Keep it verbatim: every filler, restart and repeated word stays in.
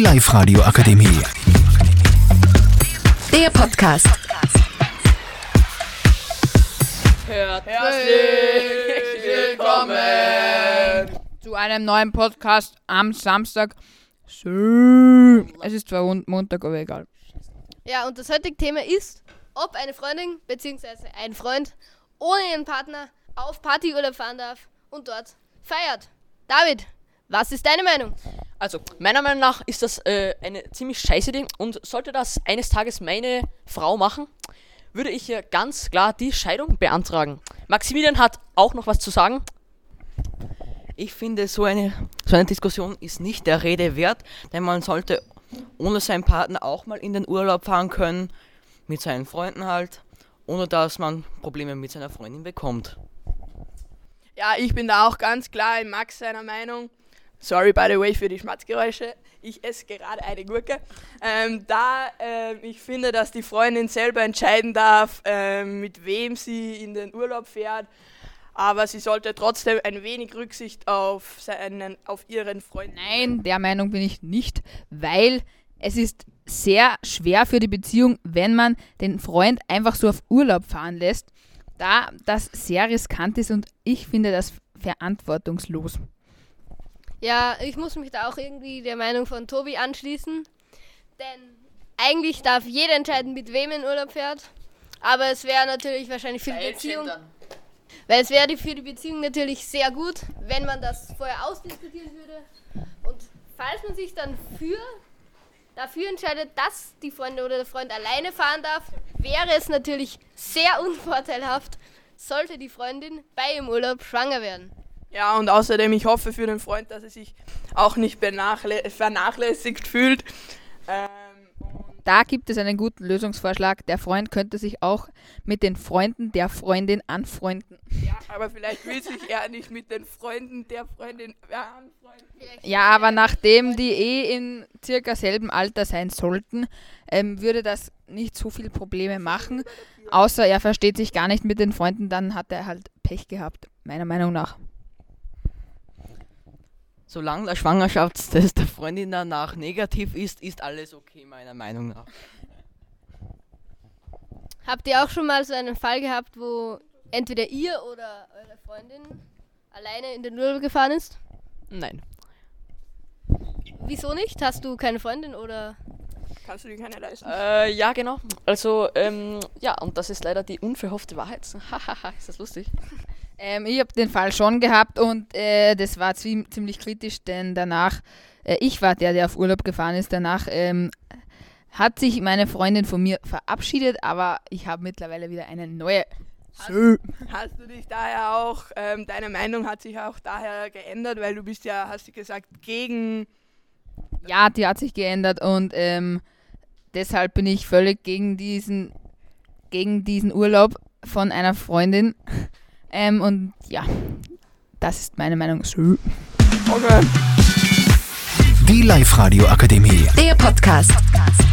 Die Live-Radio Akademie. Der Podcast. Herzlich willkommen zu einem neuen Podcast am Samstag. Es ist zwar Montag, aber egal. Ja, und das heutige Thema ist, ob eine Freundin bzw. ein Freund ohne ihren Partner auf Partyurlaub fahren darf und dort feiert. David, was ist deine Meinung? Also, meiner Meinung nach ist das äh, eine ziemlich scheiße Idee, und sollte das eines Tages meine Frau machen, würde ich hier ganz klar die Scheidung beantragen. Maximilian hat auch noch was zu sagen. Ich finde, so eine, so eine Diskussion ist nicht der Rede wert, denn man sollte ohne seinen Partner auch mal in den Urlaub fahren können, mit seinen Freunden halt, ohne dass man Probleme mit seiner Freundin bekommt. Ja, ich bin da auch ganz klar in Max seiner Meinung. Sorry, by the way, für die Schmatzgeräusche. Ich esse gerade eine Gurke. Ähm, da äh, ich finde, dass die Freundin selber entscheiden darf, äh, mit wem sie in den Urlaub fährt. Aber sie sollte trotzdem ein wenig Rücksicht auf, seinen, auf ihren Freund. Nein, der Meinung bin ich nicht, weil es ist sehr schwer für die Beziehung, wenn man den Freund einfach so auf Urlaub fahren lässt, da das sehr riskant ist, und ich finde das verantwortungslos. Ja, ich muss mich da auch irgendwie der Meinung von Tobi anschließen, denn eigentlich darf jeder entscheiden, mit wem er in Urlaub fährt, aber es wäre natürlich wahrscheinlich für die Beziehung, weil es wäre für die Beziehung natürlich sehr gut, wenn man das vorher ausdiskutieren würde, und falls man sich dann für, dafür entscheidet, dass die Freundin oder der Freund alleine fahren darf, wäre es natürlich sehr unvorteilhaft, sollte die Freundin bei im Urlaub schwanger werden. Ja, und außerdem, ich hoffe für den Freund, dass er sich auch nicht benachlä- vernachlässigt fühlt. Ähm, Da gibt es einen guten Lösungsvorschlag. Der Freund könnte sich auch mit den Freunden der Freundin anfreunden. Ja, aber vielleicht will sich er nicht mit den Freunden der Freundin anfreunden. Ja, aber nachdem die eh in circa selben Alter sein sollten, ähm, würde das nicht so viele Probleme machen. Außer er versteht sich gar nicht mit den Freunden, dann hat er halt Pech gehabt, meiner Meinung nach. Solange der Schwangerschaftstest der Freundin danach negativ ist, ist alles okay, meiner Meinung nach. Habt ihr auch schon mal so einen Fall gehabt, wo entweder ihr oder eure Freundin alleine in den Urlaub gefahren ist? Nein. Wieso nicht? Hast du keine Freundin oder? Kannst du dir keine leisten? Äh, ja, genau. Also, ähm, ja, und das ist leider die unverhoffte Wahrheit. Hahaha, ist das lustig? Ähm, ich habe den Fall schon gehabt, und äh, das war ziem- ziemlich kritisch, denn danach, äh, ich war der, der auf Urlaub gefahren ist, danach ähm, hat sich meine Freundin von mir verabschiedet, aber ich habe mittlerweile wieder eine neue. Hast, hast du dich daher auch, ähm, deine Meinung hat sich auch daher geändert, weil du bist ja, hast du gesagt, gegen... Ja, die hat sich geändert, und ähm, deshalb bin ich völlig gegen diesen, gegen diesen Urlaub von einer Freundin. Ähm, und ja, das ist meine Meinung. Okay. Die Live-Radio Akademie. Der Podcast.